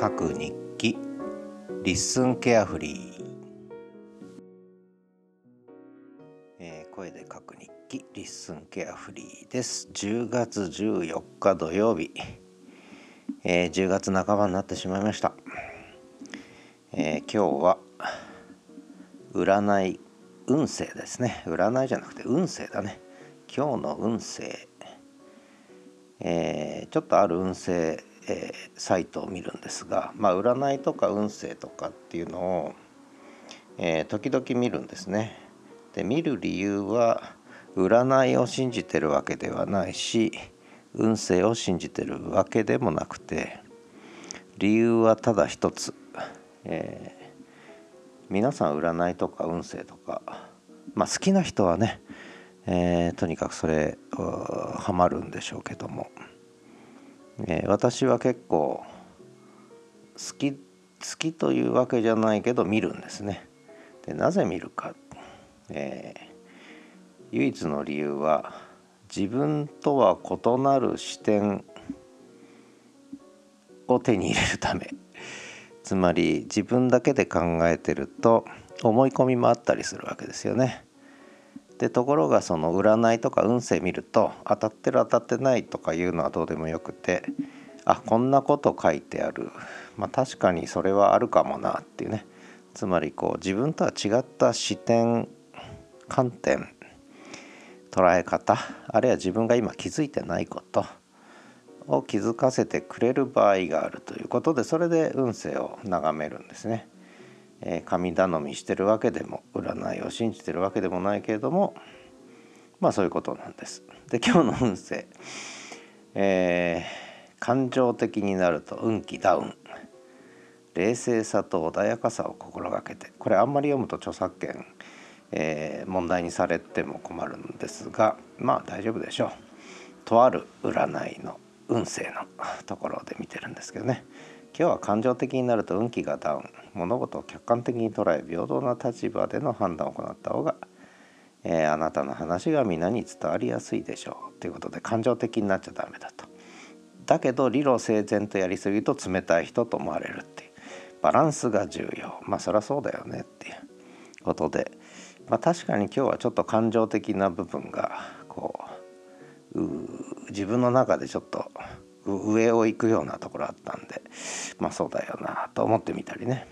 書く日記リッスンケアフリー、声で書く日記リッスンケアフリーです。10月14日土曜日、10月半ばになってしまいました。今日は占い運勢ですね。占いじゃなくて運勢だね。今日の運勢、ちょっとある運勢、サイトを見るんですが、占いとか運勢とかっていうのを、時々見るんですね。で、見る理由は占いを信じてるわけではないし、運勢を信じてるわけでもなくて、理由はただ一つ、皆さん占いとか運勢とか、好きな人はね、とにかくそれハマるんでしょうけども、私は結構好きというわけじゃないけど見るんですね。で、なぜ見るか、唯一の理由は自分とは異なる視点を手に入れるため。つまり自分だけで考えてると思い込みもあったりするわけですよね。で、ところがその占いとか運勢見ると当たってる当たってないとかいうのはどうでもよくて、こんなこと書いてある、確かにそれはあるかもなっていうね。つまり自分とは違った視点、観点、捉え方、あるいは自分が今気づいてないことを気づかせてくれる場合があるということで、それで運勢を眺めるんですね。神頼みしてるわけでも占いを信じてるわけでもないけれども、そういうことなんです。で、今日の運勢、感情的になると運気ダウン、冷静さと穏やかさを心がけて。これあんまり読むと著作権、問題にされても困るんですが、大丈夫でしょう。とある占いの運勢のところで見てるんですけどね。今日は感情的になると運気がダウン、物事を客観的に捉え平等な立場での判断を行った方が、あなたの話が皆に伝わりやすいでしょうということで、感情的になっちゃダメだと。だけど理路整然とやりすぎると冷たい人と思われるっていう、バランスが重要。そりゃそうだよねっていうことで、確かに今日はちょっと感情的な部分が自分の中でちょっと上を行くようなところあったんで、そうだよなと思ってみたりね。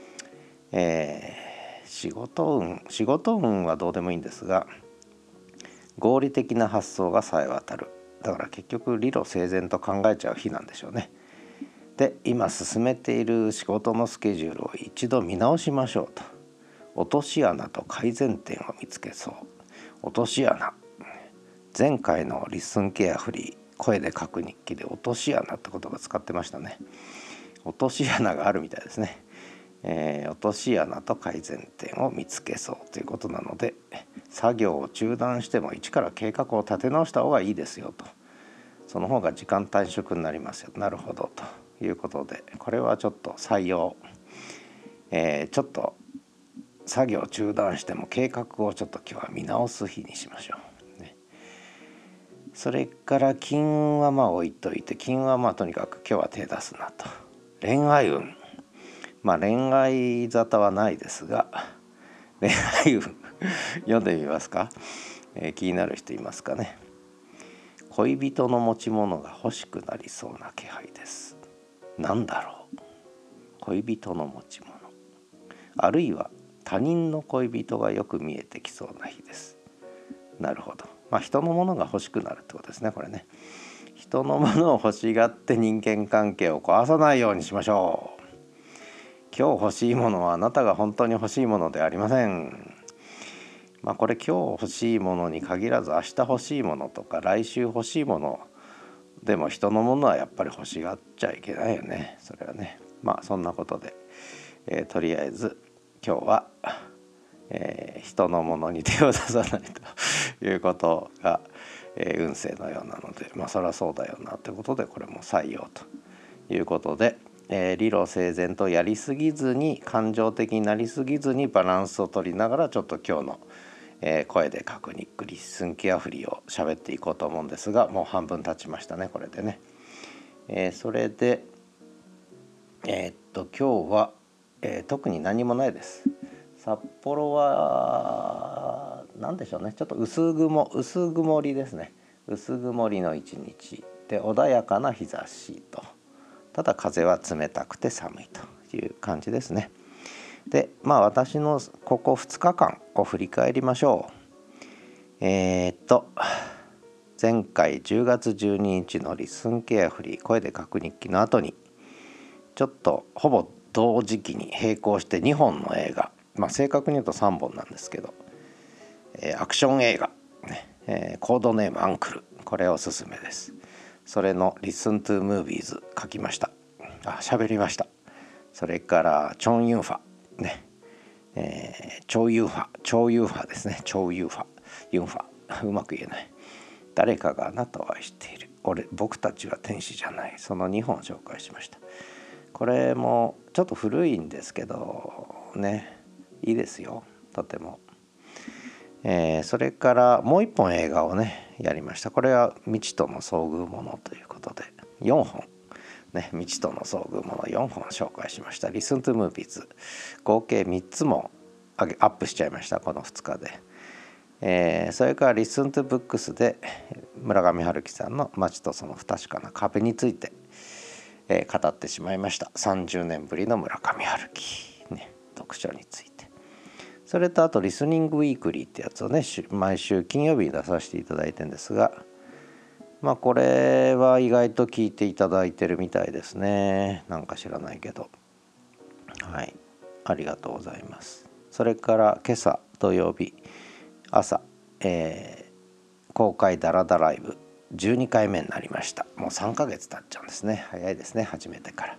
仕事運はどうでもいいんですが、合理的な発想が冴え渡る。だから結局理路整然と考えちゃう日なんでしょうね。で、今進めている仕事のスケジュールを一度見直しましょうと。落とし穴と改善点を見つけそう。落とし穴、前回のリッスンケアフリー声で書く日記で落とし穴って言葉使ってましたね。落とし穴があるみたいですね。落とし穴と改善点を見つけそうということなので、作業を中断しても一から計画を立て直した方がいいですよと。その方が時間短縮になりますよ。なるほどということで、これはちょっと採用。ちょっと作業を中断しても計画をちょっと今日は見直す日にしましょう、ね。それから金は置いといて、金はとにかく今日は手出すなと。恋愛運、恋愛沙汰はないですが、恋愛運読んでみますか。気になる人いますかね。恋人の持ち物が欲しくなりそうな気配です。なんだろう。恋人の持ち物、あるいは他人の恋人がよく見えてきそうな日です。なるほど。人のものが欲しくなるってことですね。これね、人のものを欲しがって人間関係を壊さないようにしましょう。今日欲しいものはあなたが本当に欲しいものではありません。これ今日欲しいものに限らず、明日欲しいものとか来週欲しいものでも、人のものはやっぱり欲しがっちゃいけないよね。それはね。そんなことで、とりあえず今日は、人のものに手を出さないということが、運勢のようなので、そりゃそうだよなということで、これも採用ということで、理路整然とやりすぎずに、感情的になりすぎずにバランスを取りながら、ちょっと今日の、声で書く日記リッスンケアフリーを喋っていこうと思うんですが、もう半分経ちましたね、これでね。それで今日は、特に何もないです。札幌は何でしょうね、ちょっと薄曇りですね。薄曇りの一日で穏やかな日差しと、ただ風は冷たくて寒いという感じですね。で私のここ2日間を振り返りましょう。前回10月12日のリスンケアフリー声で書く日記の後にちょっとほぼ同時期に並行して2本の映画、正確に言うと3本なんですけど、アクション映画、コードネームアンクル、これおすすめです。それのリスントゥームービーズ書きました。喋りました。それからチョンユンファね、チョユンファですね。チョユンファうまく言えない。誰かがあなたを愛している、僕たちは天使じゃない、その2本紹介しました。これもちょっと古いんですけどね、いいですよとても。それからもう一本映画をねやりました。これは未知との遭遇ものということで4本ね、未知との遭遇もの4本紹介しました。リスントゥムービーズ合計3つもアップしちゃいました、この2日で。それからリスントゥブックスで村上春樹さんの街とその不確かな壁について、語ってしまいました。30年ぶりの村上春樹、読書について。それとあとリスニングウィークリーってやつをね毎週金曜日に出させていただいてるんですが、これは意外と聞いていただいてるみたいですね。なんか知らないけど、ありがとうございます。それから今朝土曜日朝、公開ダラダライブ12回目になりました。もう3ヶ月経っちゃうんですね。早いですね、始めてから。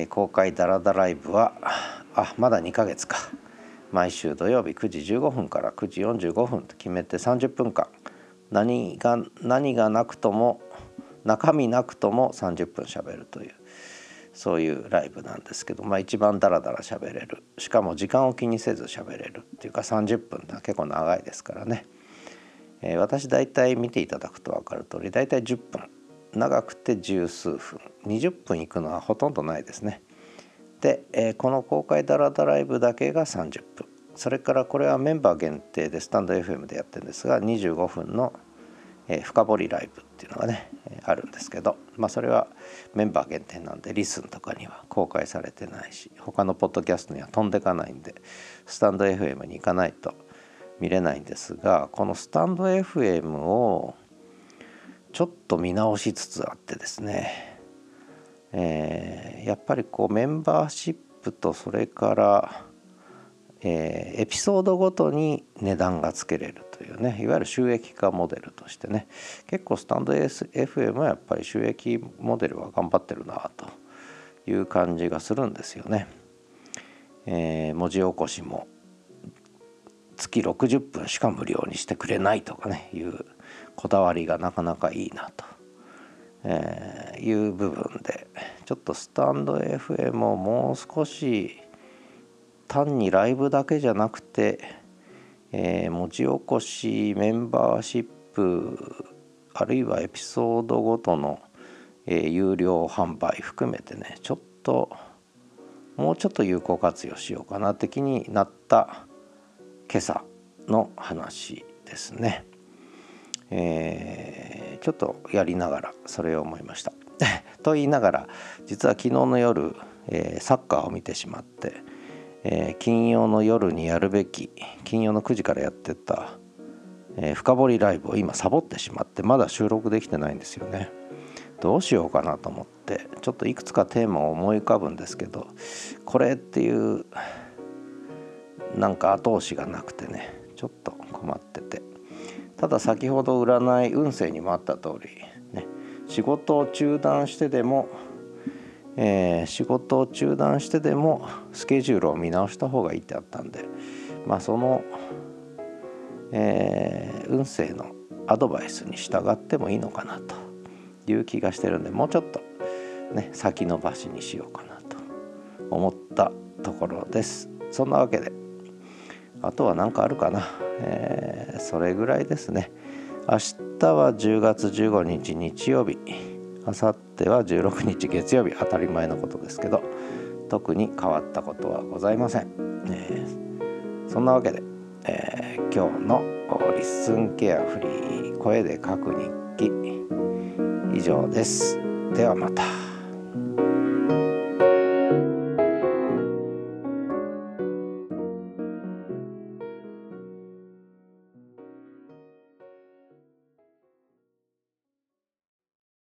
公開ダラダライブはまだ2ヶ月か。毎週土曜日9時15分から9時45分と決めて30分間何がなくとも中身なくとも30分しゃべるという、そういうライブなんですけど、一番ダラダラしゃべれる、しかも時間を気にせずしゃべれるっていうか30分だ結構長いですからね。私だいたい見ていただくと分かる通りだいたい10分、長くて十数分、20分いくのはほとんどないですね。で、この公開ダラダライブだけが30分。それからこれはメンバー限定でスタンド FM でやってるんですが25分の、深掘りライブっていうのがね、あるんですけど、それはメンバー限定なんでリスンとかには公開されてないし、他のポッドキャストには飛んでかないんでスタンド FM に行かないと見れないんですが、このスタンド FM をちょっと見直しつつあってですね、やっぱりメンバーシップとそれから、エピソードごとに値段がつけれるというね、いわゆる収益化モデルとしてね、結構スタンド FM はやっぱり収益モデルは頑張ってるなという感じがするんですよね。文字起こしも月60分しか無料にしてくれないとかねいうこだわりがなかなかいいなと。いう部分でちょっとスタンド FM をもう少し単にライブだけじゃなくて、文字起こしメンバーシップあるいはエピソードごとの、有料販売含めてね、もうちょっと有効活用しようかなって気になった今朝の話ですね。ちょっとやりながらそれを思いましたと言いながら実は昨日の夜、サッカーを見てしまって、金曜の夜にやるべき金曜の9時からやってた、深掘りライブを今サボってしまってまだ収録できてないんですよね。どうしようかなと思ってちょっといくつかテーマを思い浮かぶんですけど、これっていうなんか後押しがなくてねちょっと困ってて、ただ先ほど占い運勢にもあった通り、仕事を中断してでも、スケジュールを見直した方がいいってあったんで、その、運勢のアドバイスに従ってもいいのかなという気がしてるんで、もうちょっと先延ばしにしようかなと思ったところです。そんなわけであとは何かあるかな、それぐらいですね。明日は10月15日日曜日あさっては16日月曜日、当たり前のことですけど特に変わったことはございません。そんなわけで、今日のリッスンケアフリー声で書く日記以上です。ではまた。